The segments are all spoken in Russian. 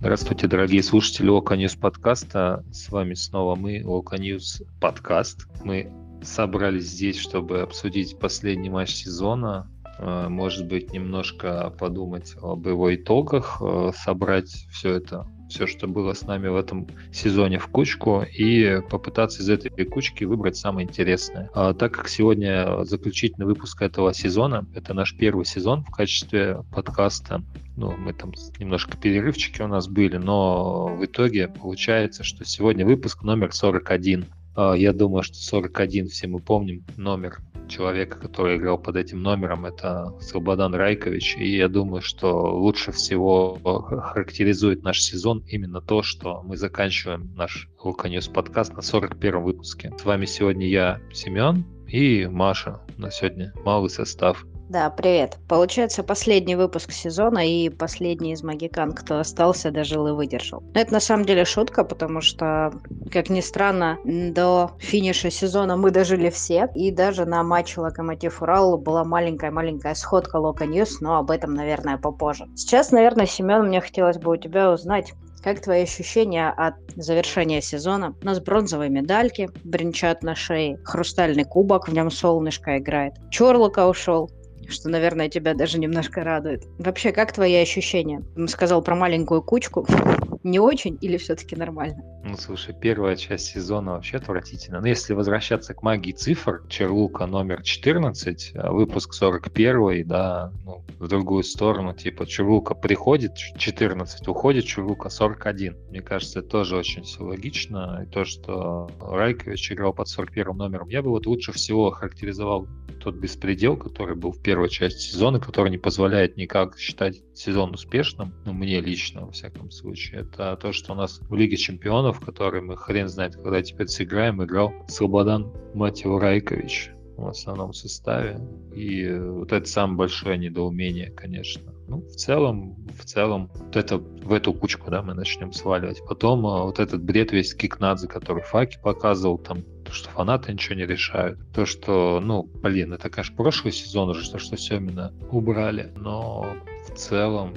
Здравствуйте, дорогие слушатели Ока Ньюс подкаста. С вами снова мы, Ока Ньюс подкаст. Мы собрались здесь, чтобы обсудить последний матч сезона, может быть, немножко подумать об его итогах, собрать все, что было с нами в этом сезоне в кучку и попытаться из этой кучки выбрать самое интересное. Так как сегодня заключительный выпуск этого сезона, это наш первый сезон в качестве подкаста, мы там немножко перерывчики у нас были, но в итоге получается, что сегодня выпуск номер 41. Я думаю, что 41 все мы помним номер человека, который играл под этим номером, это Слободан Райкович, и я думаю, что лучше всего характеризует наш сезон именно то, что мы заканчиваем наш Ока Ньюс подкаст на 41 выпуске. С вами сегодня я, Семен, и Маша. На сегодня малый состав. Да, привет. Получается, последний выпуск сезона и последний из магикан, кто остался, дожил и выдержал. Но это на самом деле шутка, потому что, как ни странно, до финиша сезона мы дожили все. И даже на матче Локомотив-Урал была маленькая сходка Лока Ньюс, но об этом, наверное, попозже. Сейчас, наверное, Семен, мне хотелось бы у тебя узнать, как твои ощущения от завершения сезона? У нас бронзовые медальки бренчат на шее, хрустальный кубок, в нем солнышко играет. Чорлока ушел, что, наверное, тебя даже немножко радует. Вообще, как твои ощущения? Сказал про маленькую кучку. Не очень или все-таки нормально? Слушай, первая часть сезона вообще отвратительна. Но если возвращаться к магии цифр, Черлука номер 14, выпуск 41, да, в другую сторону, типа Черлука приходит 14, уходит Черлука 41. Мне кажется, это тоже очень все логично. И то, что Райкович играл под 41 номером, я бы лучше всего характеризовал тот беспредел, который был в первой части сезона, который не позволяет никак считать сезон успешным, мне лично, во всяком случае. Это то, что у нас в Лиге Чемпионов, в которой мы хрен знает, когда теперь сыграем, играл Слободан, мать его, Райкович в основном составе. И вот это самое большое недоумение, конечно. В целом, вот это в эту кучку, да, мы начнем сваливать. Потом вот этот бред весь Кикнадзе, который Факи показывал, там, то, что фанаты ничего не решают. То, что, это, конечно, прошлый сезон уже, что все именно убрали. Но в целом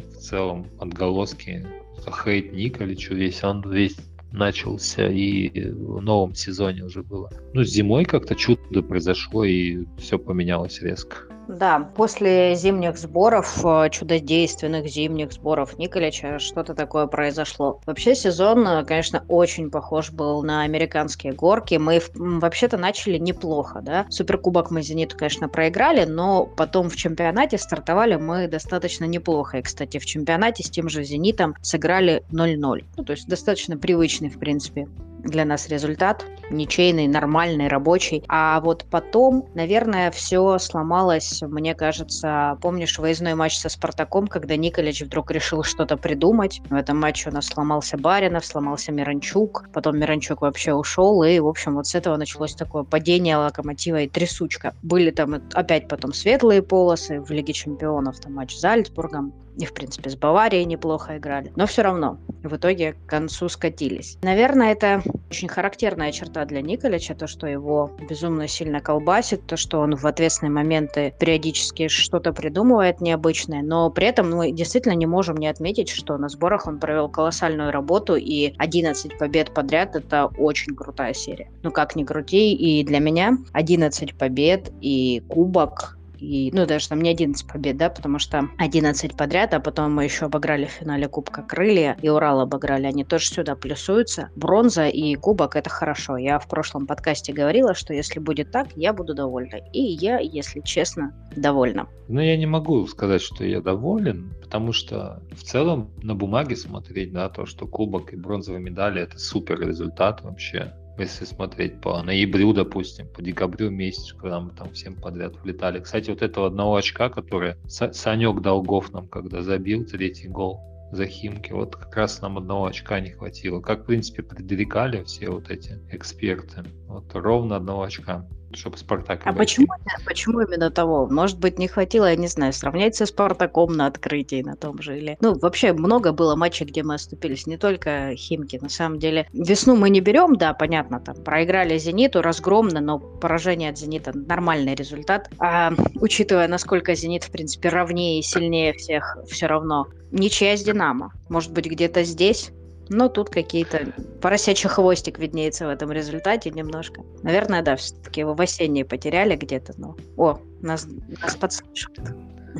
отголоски хейт Николичу он весь начался и в новом сезоне уже было. Зимой как-то чудо произошло и все поменялось резко. Да, после зимних сборов, чудодейственных зимних сборов Николича, что-то такое произошло. Вообще сезон, конечно, очень похож был на американские горки. Мы вообще-то начали неплохо, да. Суперкубок мы «Зениту», конечно, проиграли, но потом в чемпионате стартовали мы достаточно неплохо. И, кстати, в чемпионате с тем же «Зенитом» сыграли 0-0. То есть достаточно привычный, в принципе, для нас результат. Ничейный, нормальный, рабочий. А вот потом, наверное, все сломалось, мне кажется, помнишь выездной матч со «Спартаком», когда Николич вдруг решил что-то придумать. В этом матче у нас сломался Баринов, сломался Миранчук, потом Миранчук вообще ушел, и, в общем, вот с этого началось такое падение Локомотива и трясучка. Были там опять потом светлые полосы в Лиге Чемпионов, там матч с Зальцбургом, и, в принципе, с Баварией неплохо играли. Но все равно, в итоге к концу скатились. Наверное, это очень характерная черта для Николича, то, что его безумно сильно колбасит, то, что он в ответственные моменты периодически что-то придумывает необычное, но при этом мы действительно не можем не отметить, что на сборах он провел колоссальную работу, и 11 побед подряд — это очень крутая серия. Как ни крути, и для меня 11 побед и кубок, и, даже там не 11 побед, да, потому что 11 подряд, а потом мы еще обыграли в финале Кубка Крылья, и Урал обыграли, они тоже сюда плюсуются. Бронза и кубок — это хорошо. Я в прошлом подкасте говорила, что если будет так, я буду довольна. И я, если честно, довольна. Я не могу сказать, что я доволен, потому что в целом на бумаге смотреть, да, то, что кубок и бронзовые медали — это супер результат вообще. Если смотреть по ноябрю, допустим, по декабрю месяцу, когда мы там всем подряд влетали. Кстати, вот этого одного очка, который Санек Долгов нам когда забил третий гол за Химки, вот как раз нам одного очка не хватило. Как, в принципе, предрекали все вот эти эксперты. Вот ровно одного очка чтобы Спартак А обойти. почему именно того? Может быть, не хватило, я не знаю, сравнять со Спартаком на открытии на том же или... Ну, вообще много было матчей, где мы оступились, не только Химки. На самом деле, весну мы не берем, да, понятно, там проиграли Зениту разгромно, но поражение от Зенита нормальный результат. А учитывая, насколько Зенит, в принципе, равнее и сильнее всех, все равно. Ничья с Динамо. Может быть, где-то здесь? Но тут какие-то поросячий хвостик виднеется в этом результате немножко. Наверное, да, все-таки его в осенней потеряли где-то. Но... О, нас подслушивают.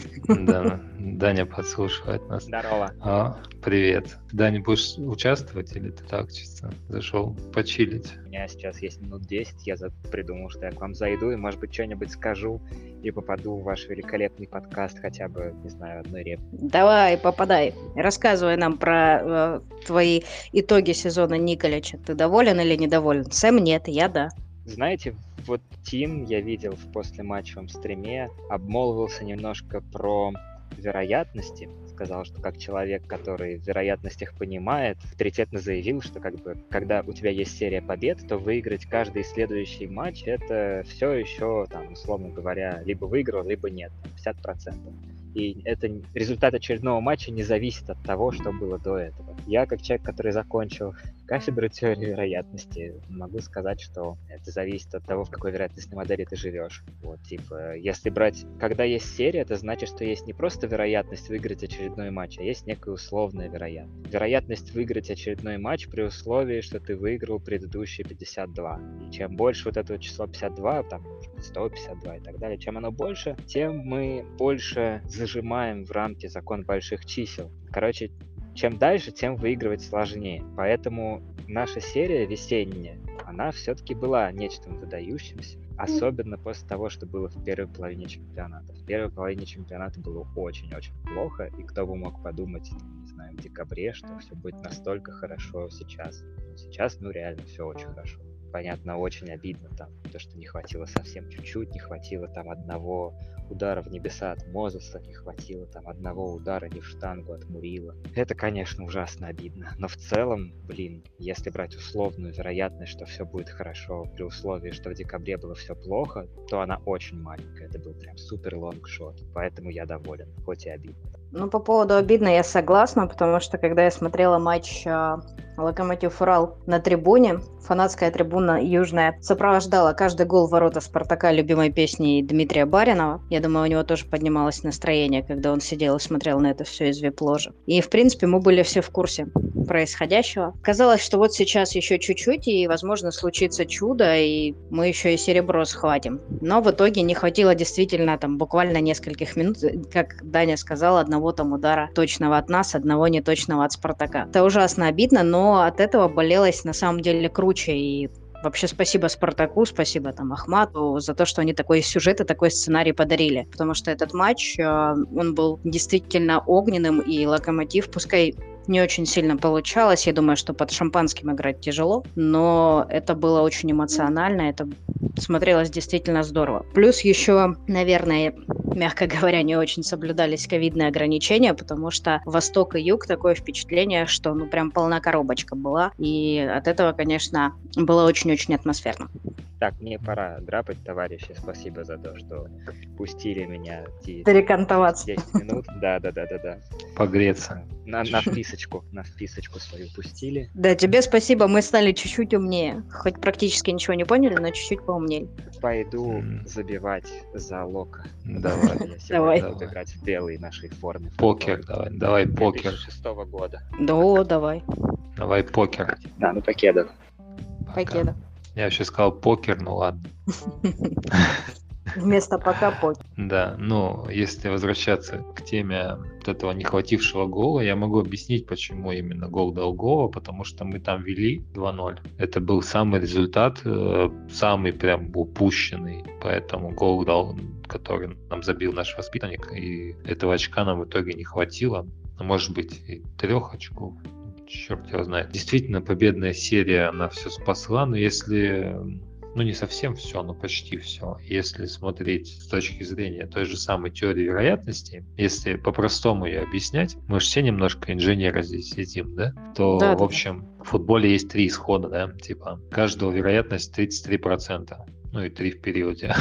Да, Даня подслушивает нас. Здорово. Привет. Даня, будешь участвовать или ты так чисто зашел почилить? У меня сейчас есть минут 10, я придумал, что я к вам зайду и, может быть, что-нибудь скажу и попаду в ваш великолепный подкаст хотя бы, не знаю, одной репликой. Давай, попадай. Рассказывай нам про твои итоги сезона Николича. Ты доволен или недоволен? Сэм нет, я да. Знаете, вот Тим я видел в послематчевом стриме, обмолвился немножко про вероятности, сказал, что как человек, который в вероятностях понимает, авторитетно заявил, что как бы, когда у тебя есть серия побед, то выиграть каждый следующий матч это все еще, там, условно говоря, либо выиграл, либо нет, 50%. И это результат очередного матча не зависит от того, что было до этого. Я, как человек, который закончил кафедру теории вероятности, могу сказать, что это зависит от того, в какой вероятностной модели ты живешь. Вот, типа, если брать, когда есть серия, это значит, что есть не просто вероятность выиграть очередной матч, а есть некая условная вероятность. Вероятность выиграть очередной матч при условии, что ты выиграл предыдущие 52. И чем больше вот этого числа 52, там, 152 и так далее, чем оно больше, тем мы больше зажимаем в рамки закон больших чисел. Короче, чем дальше, тем выигрывать сложнее. Поэтому наша серия весенняя, она все-таки была нечто выдающимся. Особенно после того, что было в первой половине чемпионата. В первой половине чемпионата было очень-очень плохо. И кто бы мог подумать, не знаю, в декабре, что все будет настолько хорошо сейчас. Сейчас, реально все очень хорошо. Понятно, очень обидно там, то, что не хватило совсем чуть-чуть, не хватило там одного удара в небеса от Мозеса, не хватило там одного удара не в штангу от Мурила. Это, конечно, ужасно обидно. Но в целом, если брать условную вероятность, что все будет хорошо, при условии, что в декабре было все плохо, то она очень маленькая. Это был прям супер лонгшот. Поэтому я доволен, хоть и обидно. Ну, по поводу обидно я согласна, потому что когда я смотрела матч Локомотив Урал на трибуне, фанатская трибуна южная сопровождала каждый гол в ворота Спартака любимой песней Дмитрия Баринова. Я думаю, у него тоже поднималось настроение, когда он сидел и смотрел на это все из вип-ложи. И, в принципе, мы были все в курсе происходящего. Казалось, что вот сейчас еще чуть-чуть, и, возможно, случится чудо, и мы еще и серебро схватим. Но в итоге не хватило действительно там буквально нескольких минут, как Даня сказал, одного там удара точного от нас, одного неточного от Спартака. Это ужасно обидно, но от этого болелось на самом деле круче. И вообще спасибо Спартаку, спасибо там Ахмату за то, что они такой сюжет и такой сценарий подарили. Потому что этот матч, он был действительно огненным, и Локомотив, пускай не очень сильно получалось. Я думаю, что под шампанским играть тяжело, но это было очень эмоционально, это смотрелось действительно здорово. Плюс еще, наверное, мягко говоря, не очень соблюдались ковидные ограничения, потому что Восток и Юг, такое впечатление, что прям полна коробочка была, и от этого, конечно, было очень-очень атмосферно. Так, мне пора драпать, товарищи. Спасибо за то, что пустили меня перекантоваться 10 минут. Да. Погреться. На вписочку свою пустили. Да, тебе спасибо, мы стали чуть-чуть умнее. Хоть практически ничего не поняли, но чуть-чуть поумнели. Пойду забивать за Лока. Давай. Буду играть в белой нашей форме. Покер, давай покер. 2006 года. Да, давай. Давай покер. Да, покеда. Покеда. Я вообще сказал покер, ну ладно. Вместо пока покер. Да, если возвращаться к теме вот этого не хватившего гола, я могу объяснить, почему именно гол дал гола, потому что мы там вели 2-0. Это был самый результат, самый прям упущенный, поэтому гол дал, который нам забил наш воспитанник, и этого очка нам в итоге не хватило. Может быть, и 3 очков. Черт его знает. Действительно, победная серия, она все спасла, но если... не совсем все, но почти все. Если смотреть с точки зрения той же самой теории вероятности, если по-простому ее объяснять, мы же все немножко инженеры здесь сидим, да? То, в общем, в футболе есть 3 исхода, да? Типа, каждого вероятность 33%. ну и 3 в периоде.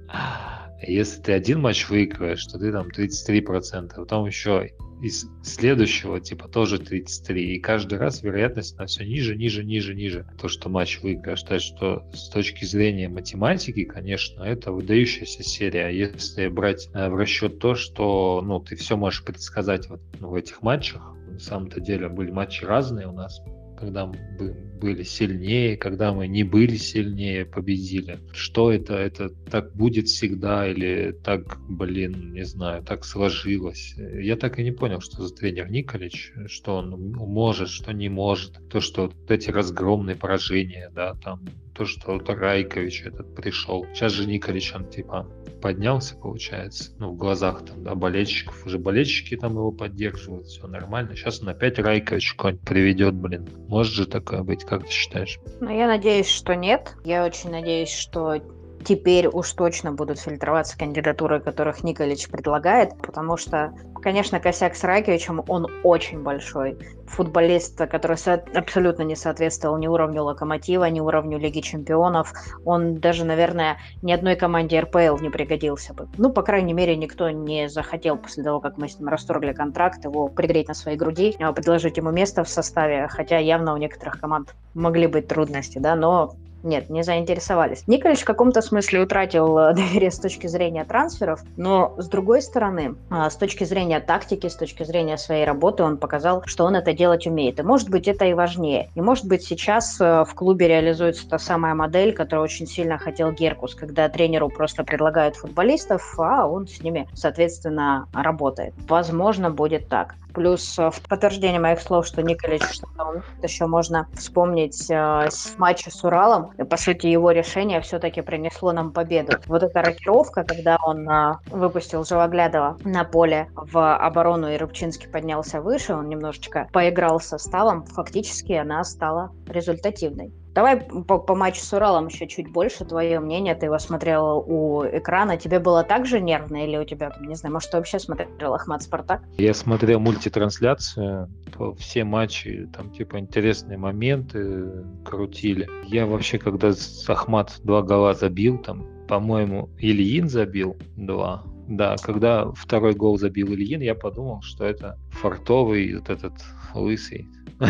Если ты один матч выигрываешь, то ты там 33%, потом еще из следующего типа тоже 33, и каждый раз вероятность на все ниже, ниже, ниже, ниже. То, что матч выиграешь. Так что с точки зрения математики, конечно, это выдающаяся серия. Если брать в расчет то, что ну, ты все можешь предсказать в этих матчах, на самом-то деле были матчи разные у нас, когда мы были сильнее, когда мы не были сильнее, победили. Что это? Это так будет всегда или так, не знаю, так сложилось? Я так и не понял, что за тренер Николич, что он может, что не может. То, что вот эти разгромные поражения, да, там, то, что вот Райкович этот пришел. Сейчас же Николич, он типа поднялся, получается, ну, в глазах там, да, болельщиков. Уже болельщики там его поддерживают, все нормально. Сейчас он опять Райкович какой-нибудь приведет, Может же такое быть, как ты считаешь? Ну, я надеюсь, что нет. Я очень надеюсь, что теперь уж точно будут фильтроваться кандидатуры, которых Николич предлагает, потому что, конечно, косяк с Райковичем, он очень большой. Футболист, который абсолютно не соответствовал ни уровню Локомотива, ни уровню Лиги Чемпионов. Он даже, наверное, ни одной команде РПЛ не пригодился бы. Ну, по крайней мере, никто не захотел после того, как мы с ним расторгли контракт, его пригреть на своей груди, предложить ему место в составе, хотя явно у некоторых команд могли быть трудности, да, но нет, не заинтересовались. Николич в каком-то смысле утратил доверие с точки зрения трансферов, но с другой стороны, с точки зрения тактики, с точки зрения своей работы, он показал, что он это делать умеет. И может быть это и важнее. И может быть сейчас в клубе реализуется та самая модель, которую очень сильно хотел Геркус, когда тренеру просто предлагают футболистов, а он с ними, соответственно, работает. Возможно, будет так. Плюс в подтверждение моих слов, что Николич что-то умеет, еще можно вспомнить с матча с Уралом. И, по сути, его решение все-таки принесло нам победу. Вот эта рокировка, когда он выпустил Живоглядова на поле в оборону, и Рыбчинский поднялся выше, он немножечко поиграл с составом, фактически она стала результативной. Давай по матчу с Уралом еще чуть больше. Твое мнение, ты его смотрел у экрана. Тебе было так же нервно или у тебя, не знаю, может, ты вообще смотрел Ахмат-Спартак? Я смотрел мультитрансляцию, все матчи, там типа интересные моменты крутили. Я вообще, когда Ахмат 2 гола забил, там, по-моему, Ильин забил 2. Да, когда второй гол забил Ильин, я подумал, что это фартовый вот этот лысый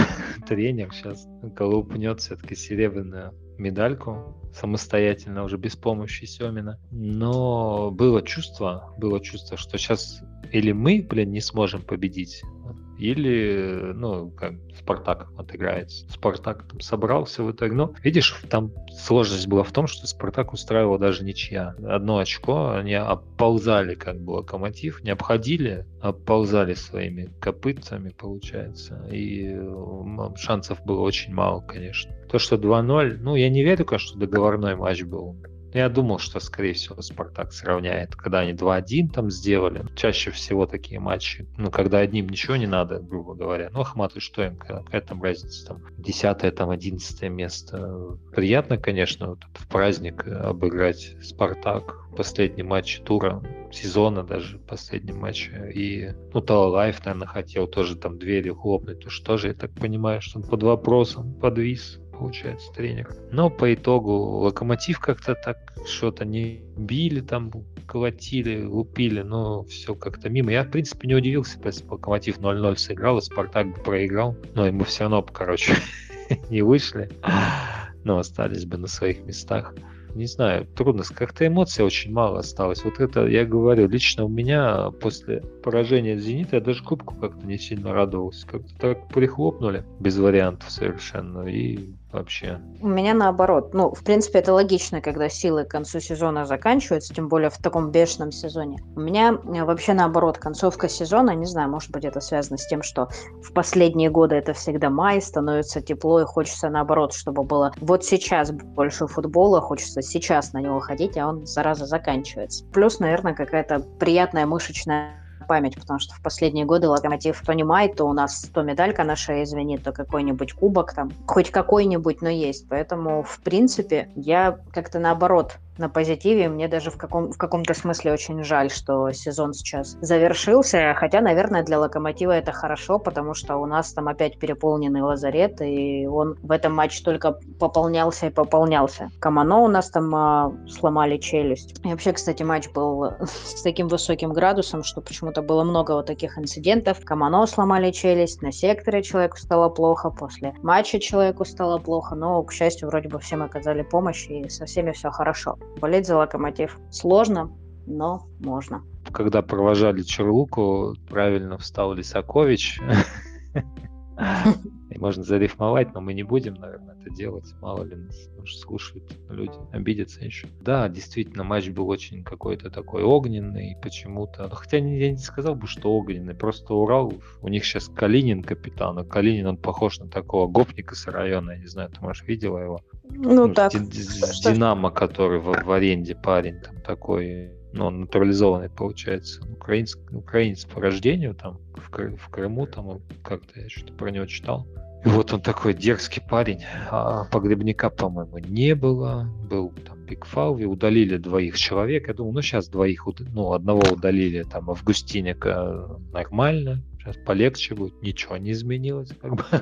тренер сейчас колупнет все-таки серебряную медальку самостоятельно, уже без помощи Семина. Но было чувство, что сейчас или мы, не сможем победить, или, как Спартак отыграется. Спартак там собрался в итоге. Но, видишь, там сложность была в том, что Спартак устраивал даже ничья. 1 очко, они оползали, как бы, Локомотив, не обходили, а оползали своими копытцами, получается. И шансов было очень мало, конечно. То, что 2-0, я не верю, конечно, что договорной матч был. Я думал, что, скорее всего, Спартак сравняет, когда они 2-1 там сделали. Чаще всего такие матчи, когда одним ничего не надо, грубо говоря. Ахмату, что им, какая там разница, там, 10-е, там, 11-е место. Приятно, конечно, вот в праздник обыграть Спартак. Последний матч тура, сезона даже, последний матч. И, Талалаев, наверное, хотел тоже там дверью хлопнуть. То что же, я так понимаю, что он под вопросом подвис, получается, тренер. Но по итогу Локомотив как-то так что-то не били, там колотили, лупили, но все как-то мимо. Я, в принципе, не удивился, если бы Локомотив 0-0 сыграл, и Спартак бы проиграл. Но ему все равно, не вышли. Но остались бы на своих местах. Не знаю, трудно, как-то эмоций очень мало осталось. Вот это, я говорю, лично у меня после поражения «Зенита» я даже кубку как-то не сильно радовался. Как-то так прихлопнули, без вариантов совершенно, и вообще. У меня наоборот. В принципе, это логично, когда силы к концу сезона заканчиваются, тем более в таком бешеном сезоне. У меня вообще наоборот, концовка сезона, не знаю, может быть, это связано с тем, что в последние годы это всегда май, становится тепло, и хочется наоборот, чтобы было вот сейчас больше футбола, хочется сейчас на него ходить, а он, зараза, заканчивается. Плюс, наверное, какая-то приятная мышечная память, потому что в последние годы Локомотив то не май, то у нас то медалька на шее звенит, то какой-нибудь кубок там, хоть какой-нибудь, но есть. Поэтому, в принципе, я как-то наоборот на позитиве. Мне даже в каком-то смысле очень жаль, что сезон сейчас завершился. Хотя, наверное, для Локомотива это хорошо, потому что у нас там опять переполненный лазарет, и он в этом матче только пополнялся и пополнялся. Камано у нас там сломали челюсть. И вообще, кстати, матч был с таким высоким градусом, что почему-то было много вот таких инцидентов. Камано сломали челюсть, на секторе человеку стало плохо, после матча человеку стало плохо, но, к счастью, вроде бы всем оказали помощь, и со всеми все хорошо. Болеть за Локомотив сложно, но можно. Когда провожали Черлуку, правильно встал Лисакович. И можно зарифмовать, но мы не будем, наверное, это делать. Мало ли нас слушают люди, обидятся еще. Да, действительно, матч был очень какой-то такой огненный почему-то. Хотя я не сказал бы, что огненный. Просто Урал, у них сейчас Калинин капитан, а Калинин, он похож на такого гопника с района. Я не знаю, ты, может, видела его? Ну так. С Динамо, который в аренде парень там такой... Ну, он натурализованный, получается, украинец по рождению, там, в Крыму, там, как-то я что-то про него читал. И вот он такой дерзкий парень, а погребника, по-моему, не было, был там пикфаул, и удалили 2 человек, я думаю, ну, сейчас 2, одного удалили, там, Августиника нормально, сейчас полегче будет, ничего не изменилось, как бы,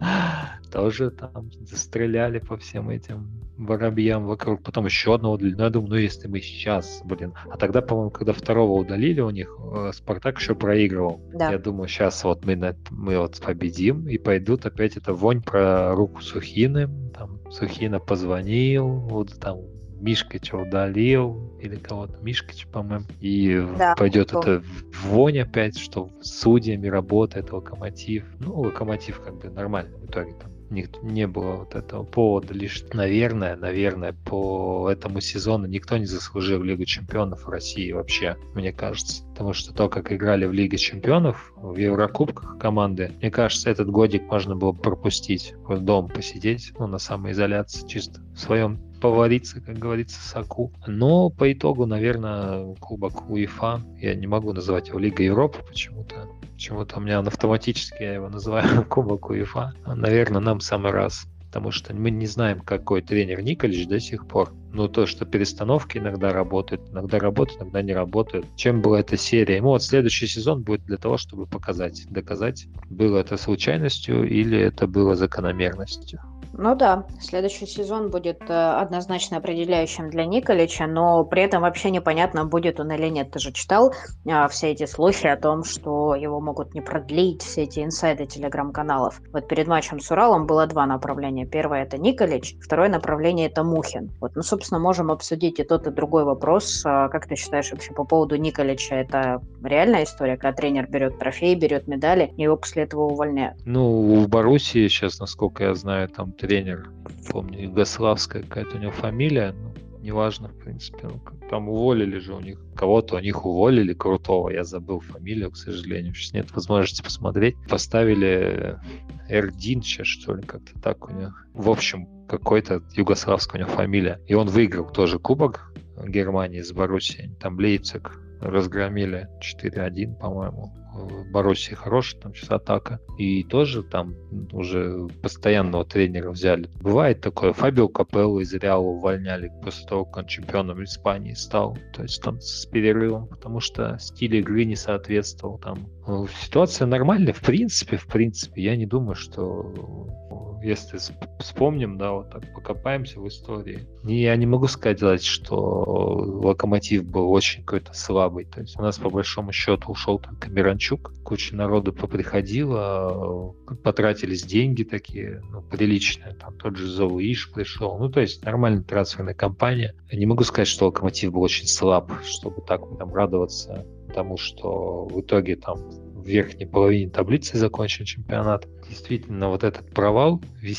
тоже там стреляли по всем этим воробьям вокруг, потом еще одного удалили, ну, я думаю, ну, если мы сейчас, а тогда, по-моему, когда 2 удалили у них, Спартак еще проигрывал, да. Я думаю, сейчас вот мы вот победим, и пойдут опять эта вонь про руку Сухины, там, Сухина позвонил, вот там, Мишкича удалил, или кого-то, Мишкич, по-моему, и да, пойдет эта вонь опять, что с судьями работает Локомотив. Ну, Локомотив как бы нормально в итоге там. Не было вот этого повода, лишь, наверное, по этому сезону никто не заслужил Лигу Чемпионов в России вообще, мне кажется. Потому что то, как играли в Лиге Чемпионов, в Еврокубках команды, мне кажется, этот годик можно было пропустить, вот дома посидеть, на самоизоляции, чисто в своем повариться, как говорится, соку. Но по итогу, наверное, Кубок УЕФА, я не могу называть его Лига Европы почему-то. Почему-то у меня он автоматически, я его называю Кубок УЕФА. Наверное, нам в самый раз. Потому что мы не знаем, какой тренер Николич до сих пор. Ну, то, что перестановки иногда работают, иногда не работают. Чем была эта серия? Вот следующий сезон будет для того, чтобы доказать, было это случайностью или это было закономерностью. Ну да, следующий сезон будет однозначно определяющим для Николича, но при этом вообще непонятно, будет он или нет. Ты же читал все эти слухи о том, что его могут не продлить, все эти инсайды телеграм-каналов. Вот перед матчем с Уралом было 2 направления. Первое — это Николич, второе направление — это Мухин. Вот, ну, собственно, можем обсудить и тот, и другой вопрос. Как ты считаешь вообще по поводу Николича? Это реальная история, когда тренер берет трофей, берет медали, и его после этого увольняют? Ну, в Боруссии сейчас, насколько я знаю, там тренер, помню, югославская какая-то у него фамилия, неважно, в принципе, там уволили же у них, кого-то у них уволили крутого, я забыл фамилию, к сожалению, сейчас нет возможности посмотреть, поставили Эрдинча, что ли, как-то так у него, в общем, какой-то югославская у него фамилия, и он выиграл тоже кубок Германии с Боруссией, там Лейпциг разгромили 4-1, по-моему. В Боруссии хорошая там сейчас атака. И тоже там уже постоянного тренера взяли. Бывает такое. Фабио Капелло из Реала увольняли после того, как он чемпионом Испании стал. То есть там с перерывом, потому что стиль игры не соответствовал. Там ситуация нормальная. В принципе, я не думаю, что... Если вспомним, да, вот так покопаемся в истории. Я не могу сказать, что Локомотив был очень какой-то слабый. То есть у нас по большому счету ушел только Миранчук. Куча народу поприходила, потратились деньги такие, приличные. Там тот же Зауиш пришел. Ну, то есть нормальная трансферная кампания. Я не могу сказать, что Локомотив был очень слаб, чтобы так там радоваться тому, что в итоге там в верхней половине таблицы закончен чемпионат. Действительно, вот этот провал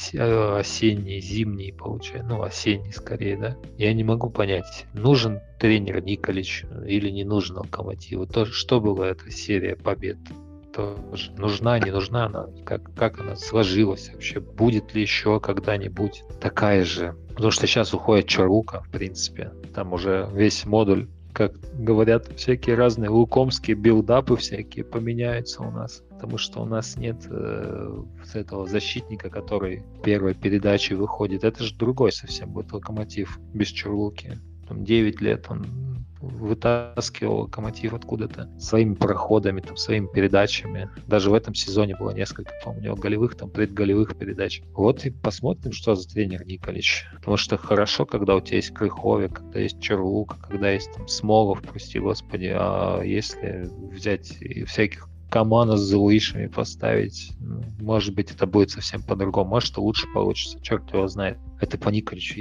осенний, зимний, получается, осенний скорее, да, я не могу понять, нужен тренер Николич или не нужен Локомотиву. Что была эта серия побед? Тоже нужна, не нужна она, как она сложилась вообще, будет ли еще когда-нибудь такая же? Потому что сейчас уходит Чарука, в принципе, там уже весь модуль, как говорят, всякие разные лукомские билдапы всякие поменяются у нас. Потому что у нас нет этого защитника, который в первой передаче выходит. Это же другой совсем будет Локомотив без Чарлуки. там 9 лет он вытаскивал Локомотив откуда-то своими проходами, там, своими передачами. Даже в этом сезоне было несколько, по-моему, у него голевых, там, предголевых передач. Вот и посмотрим, что за тренер Николич. Потому что хорошо, когда у тебя есть Крыховик, когда есть Черлука, когда есть там Смолов, прости господи, а если взять и всяких команду с залышами поставить, может быть, это будет совсем по-другому. Может, лучше получится, черт его знает. Это по Николичу,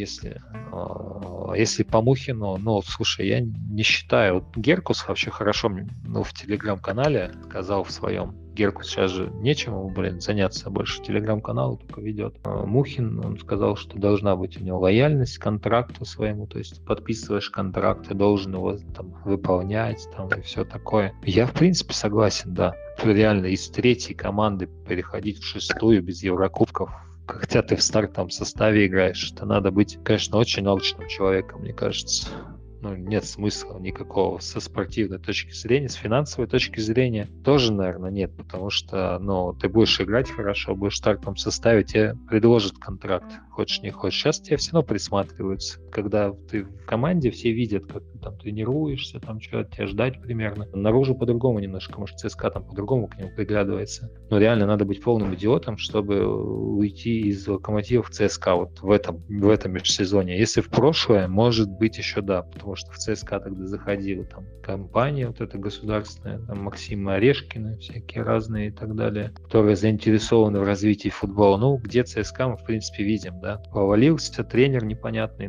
если по Мухину, слушай, я не считаю. Вот Геркус вообще хорошо в телеграм-канале сказал в своем. Геркус сейчас же нечем ему, заняться больше. Телеграм-канал только ведет. Мухин, он сказал, что должна быть у него лояльность к контракту своему, то есть подписываешь контракт, ты должен его там выполнять, там и все такое. Я, в принципе, согласен, да. Реально из 3-й команды переходить в 6-ю без Еврокубков, хотя ты в стартовом составе играешь, это надо быть, конечно, очень алчным человеком, мне кажется. Нет смысла никакого со спортивной точки зрения, с финансовой точки зрения тоже, наверное, нет, потому что, ты будешь играть хорошо, будешь в стартовом составе, тебе предложат контракт, хочешь не хочешь. Сейчас тебе все равно присматриваются. Когда ты в команде, все видят, как ты там тренируешься, там что тебя ждать примерно. Наружу по-другому немножко, может, ЦСКА там по-другому к нему приглядывается. Но реально надо быть полным идиотом, чтобы уйти из Локомотива в ЦСКА вот в этом межсезонье. Если в прошлое, может быть, еще да, потому что в ЦСКА тогда заходила там компания вот эта государственная, там Максима Орешкина, всякие разные и так далее, которые заинтересованы в развитии футбола. Где ЦСКА мы, в принципе, видим, да. Повалился тренер непонятный,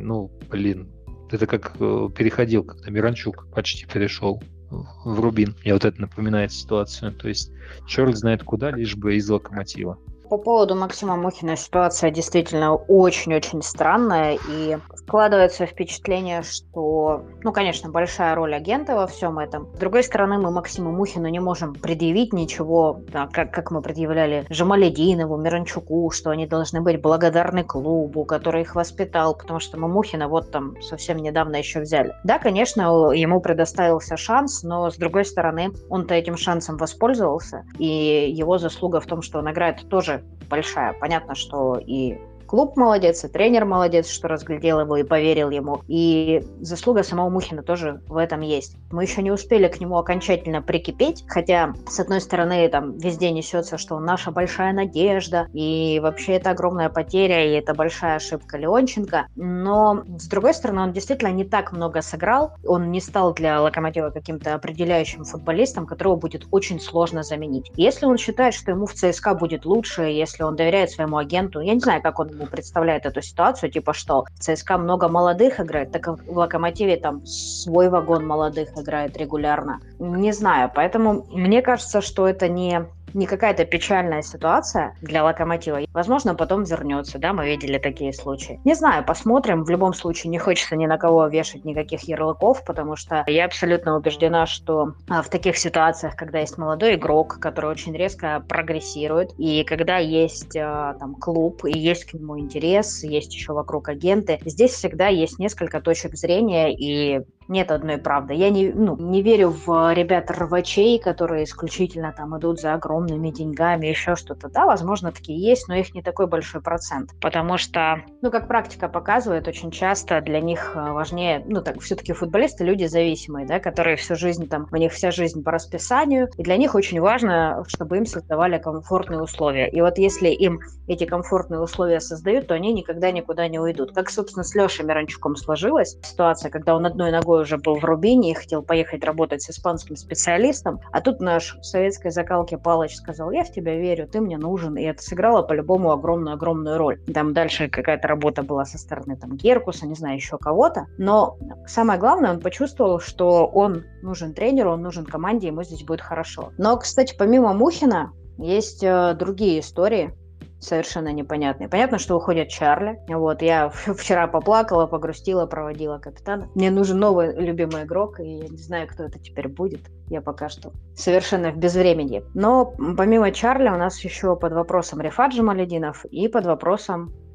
это как переходил, когда Миранчук почти перешел в Рубин. Мне вот это напоминает ситуацию. То есть черт знает куда, лишь бы из Локомотива. По поводу Максима Мухина ситуация действительно очень-очень странная, и складывается впечатление, что, конечно, большая роль агента во всем этом. С другой стороны, мы Максиму Мухину не можем предъявить ничего, как мы предъявляли Жамалединову, Миранчуку, что они должны быть благодарны клубу, который их воспитал, потому что мы Мухина совсем недавно еще взяли. Да, конечно, ему предоставился шанс, но, с другой стороны, он-то этим шансом воспользовался, и его заслуга в том, что он играет, тоже большая. Понятно, что и клуб молодец, и тренер молодец, что разглядел его и поверил ему. И заслуга самого Мухина тоже в этом есть. Мы еще не успели к нему окончательно прикипеть, хотя, с одной стороны, там везде несется, что он наша большая надежда, и вообще это огромная потеря, и это большая ошибка Леонченко. Но, с другой стороны, он действительно не так много сыграл. Он не стал для Локомотива каким-то определяющим футболистом, которого будет очень сложно заменить. Если он считает, что ему в ЦСКА будет лучше, если он доверяет своему агенту, я не знаю, как он ему представляет эту ситуацию, что в ЦСКА много молодых играет, так в Локомотиве там свой вагон молодых играет регулярно. Не знаю, поэтому мне кажется, что это не какая-то печальная ситуация для Локомотива. Возможно, потом вернется, да, мы видели такие случаи. Не знаю, посмотрим. В любом случае, не хочется ни на кого вешать никаких ярлыков, потому что я абсолютно убеждена, что в таких ситуациях, когда есть молодой игрок, который очень резко прогрессирует, и когда есть там клуб, и есть к нему интерес, есть еще вокруг агенты, здесь всегда есть несколько точек зрения, и нет одной правды. Я не верю в ребят-рвачей, которые исключительно там идут за огромными деньгами, еще что-то. Да, возможно, такие есть, но их не такой большой процент. Потому что, как практика показывает, очень часто для них важнее, все-таки футболисты люди зависимые, да, которые всю жизнь у них вся жизнь по расписанию, и для них очень важно, чтобы им создавали комфортные условия. И вот если им эти комфортные условия создают, то они никогда никуда не уйдут. Как, собственно, с Лешей Миранчуком сложилась ситуация, когда он одной ногой уже был в Рубине и хотел поехать работать с испанским специалистом, а тут наш в советской закалке Палыч сказал: я в тебя верю, ты мне нужен, и это сыграло по-любому огромную-огромную роль. Там дальше какая-то работа была со стороны Геркуса, не знаю, еще кого-то, но самое главное, он почувствовал, что он нужен тренеру, он нужен команде, ему здесь будет хорошо. Но, кстати, помимо Мухина, есть другие истории, совершенно непонятные. Понятно, что уходит Чарли. Я вчера поплакала, погрустила, проводила капитана. Мне нужен новый любимый игрок, и я не знаю, кто это теперь будет. Я пока что совершенно в безвременье. Но помимо Чарли у нас еще под вопросом Рифат Жамалединов и под вопросом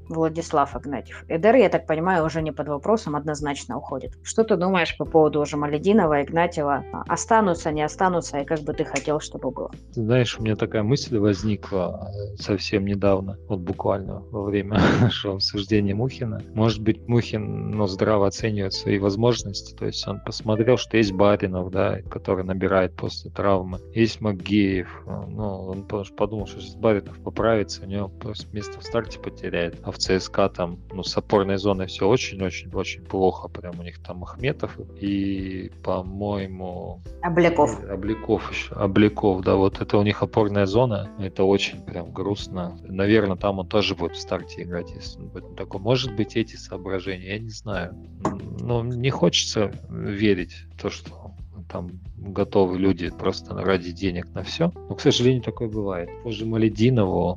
Владислав Игнатьев. Эдер, я так понимаю, уже не под вопросом, однозначно уходит. Что ты думаешь по поводу Жамалединова, Игнатьева? Останутся, не останутся, и как бы ты хотел, чтобы было? Ты знаешь, у меня такая мысль возникла совсем недавно, вот буквально во время нашего обсуждения Мухина. Может быть, Мухин, здраво оценивает свои возможности, то есть он посмотрел, что есть Баринов, да, который набирает после травмы, есть Макеев, он подумал, что сейчас Баринов поправится, у него просто место в старте потеряет, а в ЦСКА там, с опорной зоной все очень-очень-очень плохо, прям у них там Ахметов и, по-моему... Обликов, да, вот это у них опорная зона, это очень прям грустно. Наверное, там он тоже будет в старте играть, если он будет такой. Может быть, эти соображения, я не знаю. Но не хочется верить в то, что там готовы люди просто ради денег на все. Но, к сожалению, такое бывает. По Жамалединову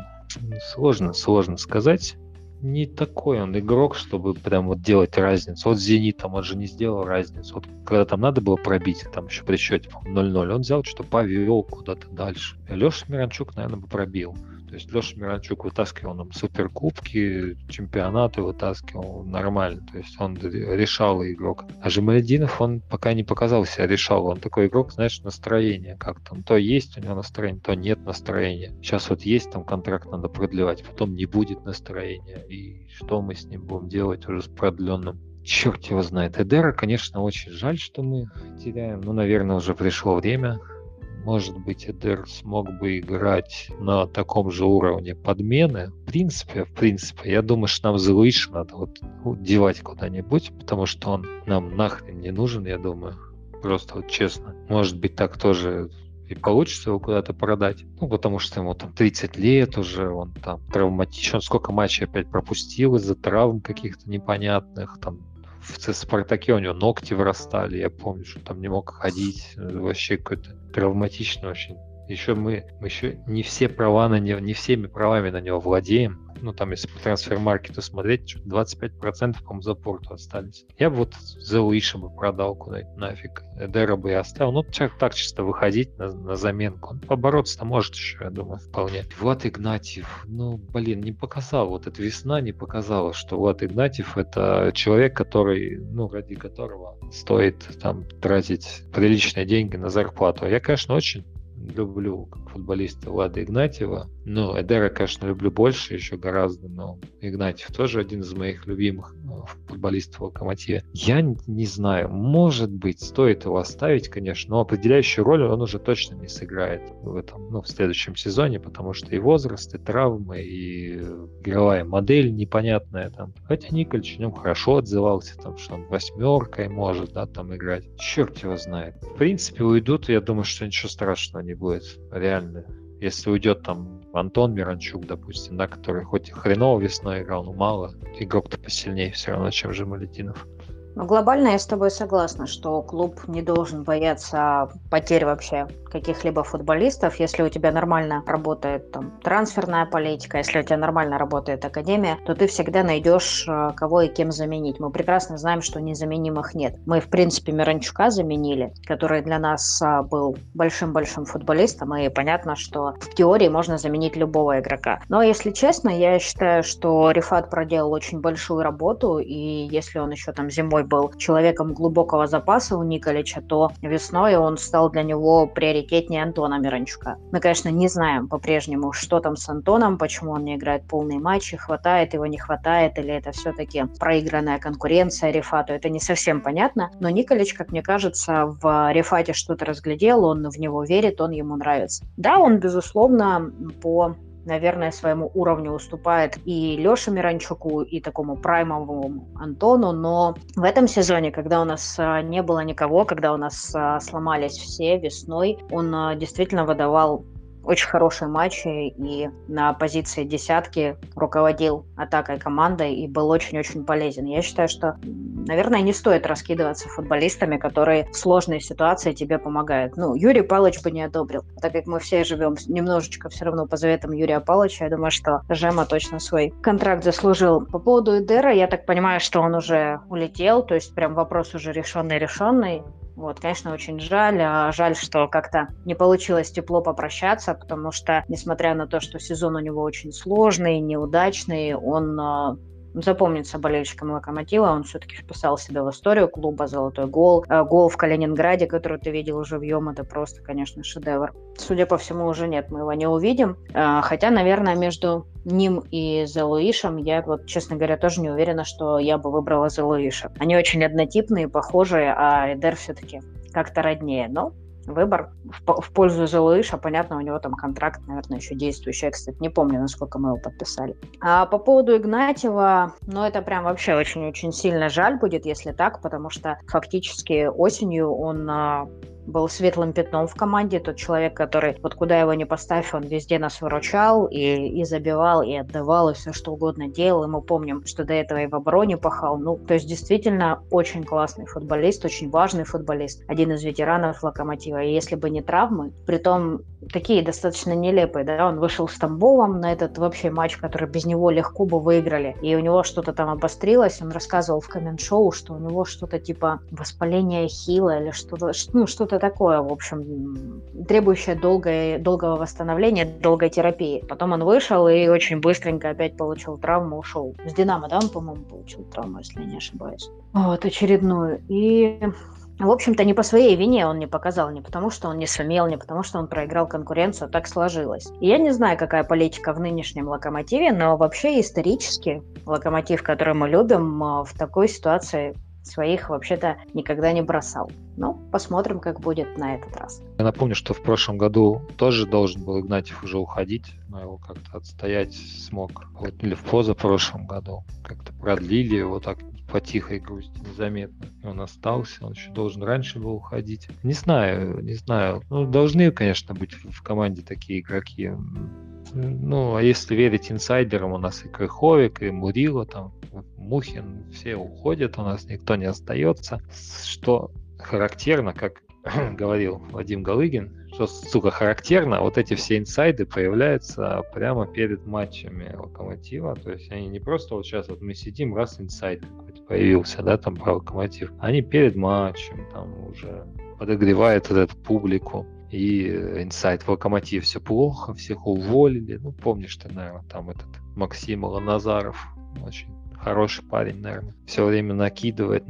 сложно сказать. Не такой он игрок, чтобы прям вот делать разницу. Вот с «Зенитом» он же не сделал разницу. Вот когда там надо было пробить, там еще при счете 0-0, он взял, что повел куда-то дальше. Леша Миранчук, наверное, бы пробил. То есть Леша Миранчук вытаскивал нам суперкубки, чемпионаты вытаскивал нормально. То есть он решал игрок. А Жамалединов, он пока не показал себя решал. Он такой игрок, знаешь, настроение как-то. То есть у него настроение, то нет настроения. Сейчас вот есть там контракт, надо продлевать, потом не будет настроения. И что мы с ним будем делать уже с продленным? Черт его знает. Эдера, конечно, очень жаль, что мы теряем. Наверное, уже пришло время. Может быть, Эдер смог бы играть на таком же уровне подмены. В принципе, я думаю, что нам Зелуиша надо девать куда-нибудь, потому что он нам нахрен не нужен, я думаю. Просто вот честно. Может быть, так тоже и получится его куда-то продать. Потому что ему там 30 лет уже, он там травматичен. Сколько матчей опять пропустил из-за травм каких-то непонятных, там в «Спартаке» у него ногти вырастали, я помню, что там не мог ходить, вообще какой-то травматичный очень. Еще мы еще не все права на него, не всеми правами на него владеем. Там, если по трансфер-маркету смотреть, что-то 25%, по-моему, за Порту остались. Я бы вот Зелуиша бы продал куда-нибудь нафиг. Эдера бы и оставил. Человек так чисто выходить на заменку. Он побороться-то может еще, я думаю, вполне. Влад Игнатьев, не показал. Вот эта весна не показала, что Влад Игнатьев — это человек, который, ради которого стоит там тратить приличные деньги на зарплату. Я, конечно, очень люблю как футболиста Влада Игнатьева. Эдера, конечно, люблю больше еще гораздо, но Игнатьев тоже один из моих любимых футболистов в «Локомотиве». Я не знаю, может быть, стоит его оставить, конечно, но определяющую роль он уже точно не сыграет в следующем сезоне, потому что и возраст, и травмы, и игровая модель непонятная там. Хотя Николич о нем хорошо отзывался, что он 8-кой может, там играть. Черт его знает. В принципе, уйдут, я думаю, что ничего страшного не будет. Реально. Если уйдет там Антон Миранчук, допустим, который хоть и хреново весной играл, но мало, игрок-то посильнее все равно, чем Жамалединов. Глобально я с тобой согласна, что клуб не должен бояться потерь вообще каких-либо футболистов. Если у тебя нормально работает трансферная политика, если у тебя нормально работает академия, то ты всегда найдешь кого и кем заменить. Мы прекрасно знаем, что незаменимых нет. Мы, в принципе, Миранчука заменили, который для нас был большим-большим футболистом, и понятно, что в теории можно заменить любого игрока. Но, если честно, я считаю, что Рифат проделал очень большую работу, и если он еще зимой был человеком глубокого запаса у Николича, то весной он стал для него приоритетнее Антона Миранчука. Мы, конечно, не знаем по-прежнему, что там с Антоном, почему он не играет полные матчи, хватает его, не хватает, или это все-таки проигранная конкуренция Рифату. Это не совсем понятно, но Николич, как мне кажется, в Рифате что-то разглядел, он в него верит, он ему нравится. Да, он, безусловно, наверное, своему уровню уступает и Леше Миранчуку, и такому праймовому Антону, но в этом сезоне, когда у нас не было никого, когда у нас сломались все весной, он действительно выдавал очень хорошие матчи и на позиции десятки руководил атакой команды и был очень-очень полезен. Я считаю, что, наверное, не стоит раскидываться футболистами, которые в сложной ситуации тебе помогают. Юрий Павлович бы не одобрил. Так как мы все живем немножечко все равно по заветам Юрия Павловича, я думаю, что Жема точно свой контракт заслужил. По поводу Эдера, я так понимаю, что он уже улетел, то есть прям вопрос уже решенный. Вот, конечно, очень жаль. Жаль, что как-то не получилось тепло попрощаться, потому что, несмотря на то, что сезон у него очень сложный, неудачный, он запомнится болельщикам Локомотива. Он все-таки вписал себя в историю клуба. Золотой гол. Гол в Калининграде, который ты видел живьем, это просто, конечно, шедевр. Судя по всему, уже нет, мы его не увидим. Хотя, наверное, между ним и Зе Луишем я, вот, честно говоря, тоже не уверена, что я бы выбрала Зе Луиша. Они очень однотипные, похожие, а Эдер все-таки как-то роднее. Но выбор в пользу Зе Луиша. Понятно, у него там контракт, наверное, еще действующий. Я, кстати, не помню, насколько мы его подписали. А по поводу Игнатьева, ну, это прям вообще очень-очень сильно жаль будет, если так, потому что фактически осенью он был светлым пятном в команде, тот человек, который, вот куда его ни поставь, он везде нас выручал и забивал, и отдавал, и все что угодно делал, и мы помним, что до этого и в обороне пахал, ну, то есть действительно очень классный футболист, очень важный футболист, один из ветеранов Локомотива, и если бы не травмы, притом такие достаточно нелепые, да, он вышел с Тамбовом на этот вообще матч, который без него легко бы выиграли, и у него что-то там обострилось, он рассказывал в коммент-шоу, что у него что-то типа воспаление ахилла или что-то, ну, что-то такое, в общем, требующее долгого восстановления, долгой терапии. Потом он вышел и очень быстренько опять получил травму, ушел. С Динамо, да, он, по-моему, получил травму, если я не ошибаюсь. Вот, очередную. И в общем-то, не по своей вине он не показал, не потому что он не сумел, не потому что он проиграл конкуренцию, так сложилось. И я не знаю, какая политика в нынешнем Локомотиве, но вообще исторически Локомотив, который мы любим, в такой ситуации своих вообще-то никогда не бросал. Ну, посмотрим, как будет на этот раз. Я напомню, что в прошлом году тоже должен был Игнатьев уже уходить, но его как-то отстоять смог. Вот, или в позапрошлом году как-то продлили его так по тихой грусти, незаметно. И он остался, он еще должен раньше был уходить. Не знаю. Ну, должны, конечно, быть в команде такие игроки. Ну, а если верить инсайдерам, у нас и Крыховик, и Мурило, там, Мухин, все уходят, у нас никто не остается. Что характерно, как говорил Вадим Галыгин, что, сука, характерно, вот эти все инсайды появляются прямо перед матчами Локомотива. То есть они не просто вот сейчас вот мы сидим, раз инсайд какой-то появился, да, там про Локомотив. Они перед матчем там уже подогревают вот эту публику. И инсайт в Локомотиве все плохо, всех уволили. Ну, помнишь ты, наверное, там этот Максим Ланазаров, очень хороший парень, наверное. Все время накидывает.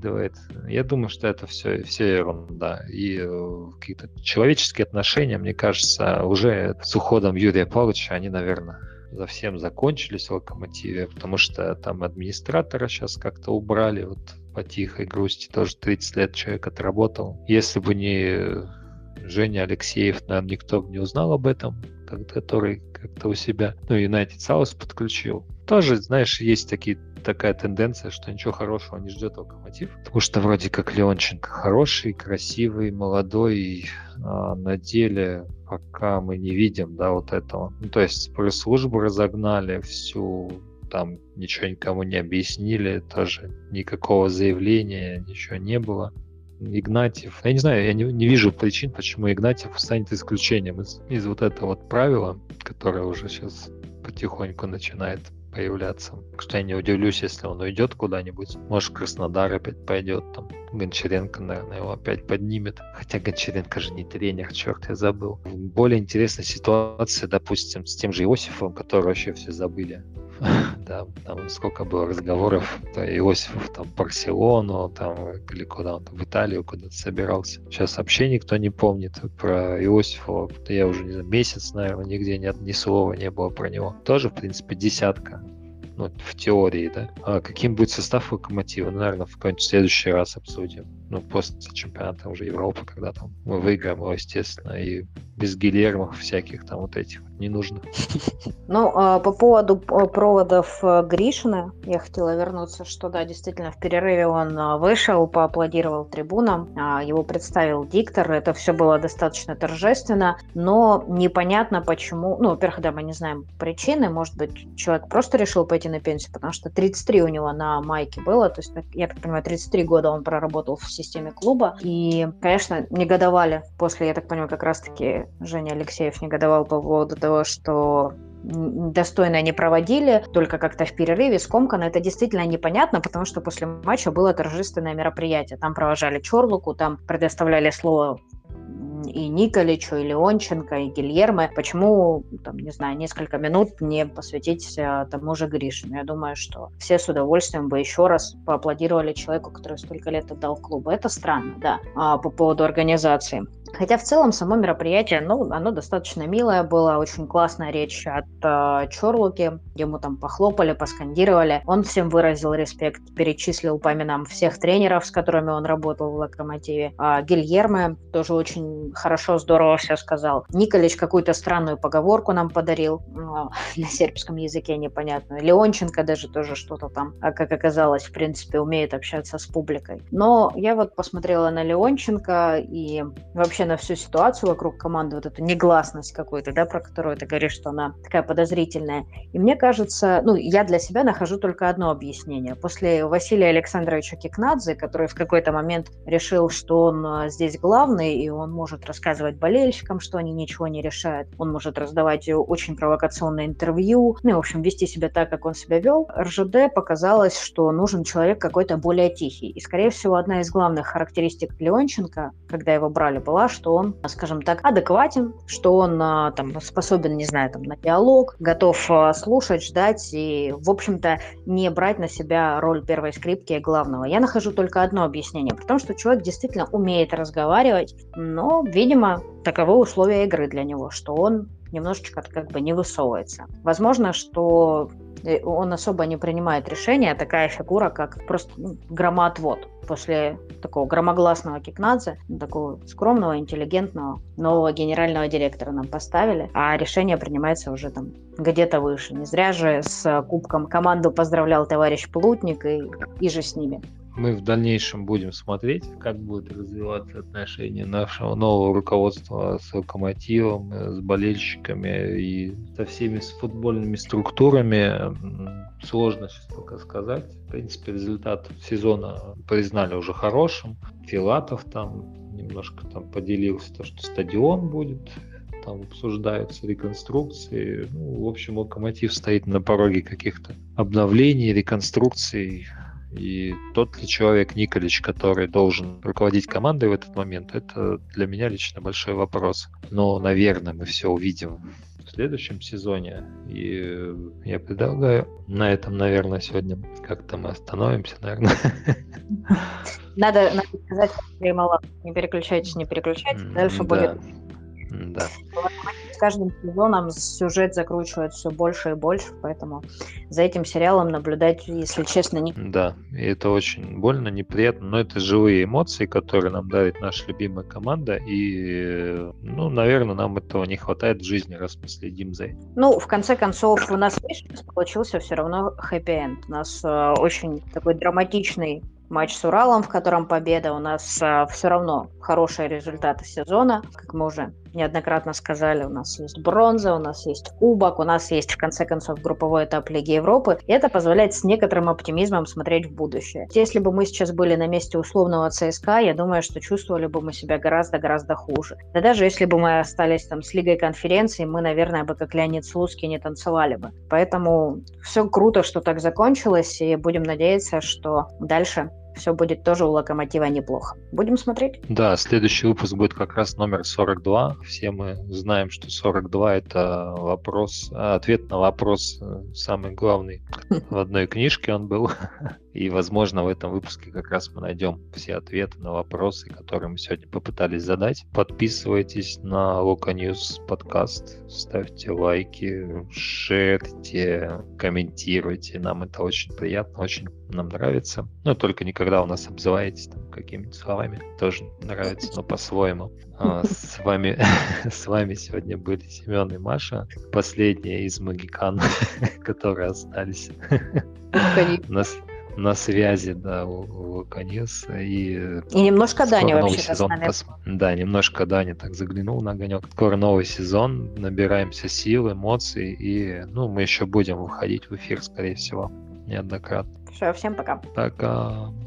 Я думаю, что это все ерунда. И какие-то человеческие отношения, мне кажется, уже с уходом Юрия Павловича, они, наверное, совсем закончились в Локомотиве, потому что там администратора сейчас как-то убрали, вот по тихой грусти, тоже 30 лет человек отработал. Если бы не Женя Алексеев, наверное, никто бы не узнал об этом, который как-то у себя, ну, United South подключил. Тоже, знаешь, есть такая тенденция, что ничего хорошего не ждет Локомотив, потому что вроде как Леонченко хороший, красивый, молодой, а на деле пока мы не видим, да, вот этого. Ну, то есть пресс-службу разогнали всю, там ничего никому не объяснили, тоже никакого заявления, ничего не было. Игнатьев. Я не знаю, я не вижу причин, почему Игнатьев станет исключением из вот этого вот правила, которое уже сейчас потихоньку начинает появляться. Так что я не удивлюсь, если он уйдет куда-нибудь. Может, Краснодар опять пойдет, там Гончаренко, наверное, его опять поднимет. Хотя Гончаренко же не тренер, черт, я забыл. Более интересная ситуация, допустим, с тем же Иосифовым, который вообще все забыли. Да, там сколько было разговоров, Иосифов там в Барселону, там, или куда он, в Италию куда-то собирался. Сейчас вообще никто не помнит про Иосифова. Я уже, не знаю, месяц, наверное, нигде ни слова не было про него. Тоже, в принципе, десятка. Ну, в теории, да. А каким будет состав Локомотива? Ну, наверное, в какой-нибудь следующий раз обсудим. Ну, после чемпионата уже Европы, когда там мы выиграем его, естественно, и без Гильермов всяких там вот этих не нужно. Ну, по поводу проводов Гришина я хотела вернуться, что да, действительно, в перерыве он вышел, поаплодировал трибунам, его представил диктор, это все было достаточно торжественно, но непонятно почему, ну, во-первых, да, мы не знаем причины, может быть, человек просто решил пойти на пенсию, потому что 33 у него на майке было, то есть, я так понимаю, 33 года он проработал в системе клуба, и, конечно, негодовали после, я так понимаю, как раз-таки Женя Алексеев негодовал по поводу того, что достойно не проводили, только как-то в перерыве, скомканно. Это действительно непонятно, потому что после матча было торжественное мероприятие. Там провожали Чорлуку, там предоставляли слово и Николичу, и Леонченко, и Гильермо. Почему, там, не знаю, несколько минут не посвятить тому же Гришину? Я думаю, что все с удовольствием бы еще раз поаплодировали человеку, который столько лет отдал клубу. Это странно, да, по поводу организации. Хотя в целом само мероприятие, оно достаточно милое было, очень классная речь от Чорлуки, ему там похлопали, поскандировали. Он всем выразил респект, перечислил по именам всех тренеров, с которыми он работал в «Локомотиве». Гильермо тоже очень хорошо, здорово все сказал. Николич какую-то странную поговорку нам подарил, на сербском языке непонятную. Леонченко даже тоже что-то там, как оказалось, в принципе, умеет общаться с публикой. Но я вот посмотрела на Леонченко и вообще на всю ситуацию вокруг команды, вот эту негласность какую-то, да, про которую ты говоришь, что она такая подозрительная. И мне кажется, я для себя нахожу только одно объяснение. После Василия Александровича Кикнадзе, который в какой-то момент решил, что он здесь главный, и он может рассказывать болельщикам, что они ничего не решают, он может раздавать очень провокационные интервью, в общем, вести себя так, как он себя вел, РЖД показалось, что нужен человек какой-то более тихий. И, скорее всего, одна из главных характеристик Леонченко, когда его брали, была, что он, скажем так, адекватен, что он там способен, не знаю, там, на диалог, готов слушать, ждать и, в общем-то, не брать на себя роль первой скрипки и главного. Я нахожу только одно объяснение, при том, что человек действительно умеет разговаривать, но, видимо, таковы условия игры для него, что он немножечко как бы не высовывается. Возможно, что он особо не принимает решения, такая фигура, как просто громоотвод. После такого громогласного Кикнадзе, такого скромного, интеллигентного, нового генерального директора нам поставили, а решение принимается уже там где-то выше. Не зря же с кубком команду поздравлял товарищ Плутник и же с ними. Мы в дальнейшем будем смотреть, как будут развиваться отношения нашего нового руководства с «Локомотивом», с болельщиками и со всеми с футбольными структурами. Сложно сейчас пока сказать. В принципе, результат сезона признали уже хорошим. Филатов там немножко поделился, что стадион будет. Там обсуждаются реконструкции. В общем, «Локомотив» стоит на пороге каких-то обновлений, реконструкций. И тот ли человек Николич, который должен руководить командой в этот момент, это для меня лично большой вопрос. Но, наверное, мы все увидим в следующем сезоне. И я предлагаю на этом, наверное, сегодня как-то мы остановимся, наверное. Надо сказать, не переключайтесь, дальше будет. Да. С каждым сезоном сюжет закручивает все больше и больше, поэтому за этим сериалом наблюдать, если честно, не... Да, и это очень больно, неприятно, но это живые эмоции, которые нам дарит наша любимая команда, и, наверное, нам этого не хватает в жизни, раз мы следим за этим. В конце концов, у нас, видишь, получился все равно хэппи-энд. У нас очень такой драматичный матч с Уралом, в котором победа. У нас все равно хорошие результаты сезона. Как мы уже неоднократно сказали, у нас есть бронза, у нас есть кубок, у нас есть, в конце концов, групповой этап Лиги Европы. И это позволяет с некоторым оптимизмом смотреть в будущее. Если бы мы сейчас были на месте условного ЦСКА, я думаю, что чувствовали бы мы себя гораздо-гораздо хуже. Да даже если бы мы остались там с Лигой конференций, мы, наверное, бы как Леонид Слуцкий не танцевали бы. Поэтому все круто, что так закончилось, и будем надеяться, что дальше все будет тоже у «Локомотива» неплохо. Будем смотреть? Да, следующий выпуск будет как раз номер 42. Все мы знаем, что 42 — это ответ на вопрос самый главный. В одной книжке он был. И, возможно, в этом выпуске как раз мы найдем все ответы на вопросы, которые мы сегодня попытались задать. Подписывайтесь на Локоньюз подкаст, ставьте лайки, шерьте, комментируйте. Нам это очень приятно, очень нам нравится. Но только никогда у нас обзываетесь какими-то словами. Тоже нравится, но по-своему. С вами сегодня были Семен и Маша. Последние из магикан, которые остались. На связи, да, у Локоньюз. И немножко Даня вообще с нами. Да, немножко Даня так заглянул на огонек. Скоро новый сезон, набираемся сил, эмоций, и мы еще будем выходить в эфир, скорее всего, неоднократно. Все, всем пока. Пока.